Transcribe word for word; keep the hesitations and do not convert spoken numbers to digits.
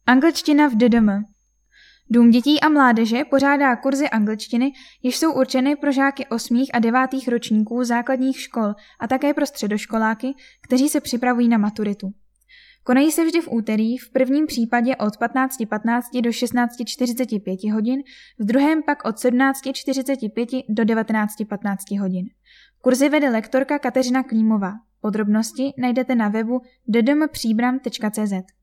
Angličtina v D D M. Dům dětí a mládeže pořádá kurzy angličtiny, jež jsou určeny pro žáky osmých a devátých ročníků základních škol a také pro středoškoláky, kteří se připravují na maturitu. Konají se vždy v úterý, v prvním případě od patnáct patnáct do šestnáct čtyřicet pět hodin, v druhém pak od sedmnáct čtyřicet pět do devatenáct patnáct hodin. Kurzy vede lektorka Kateřina Klímová. Podrobnosti najdete na webu d d m příbram tečka c z.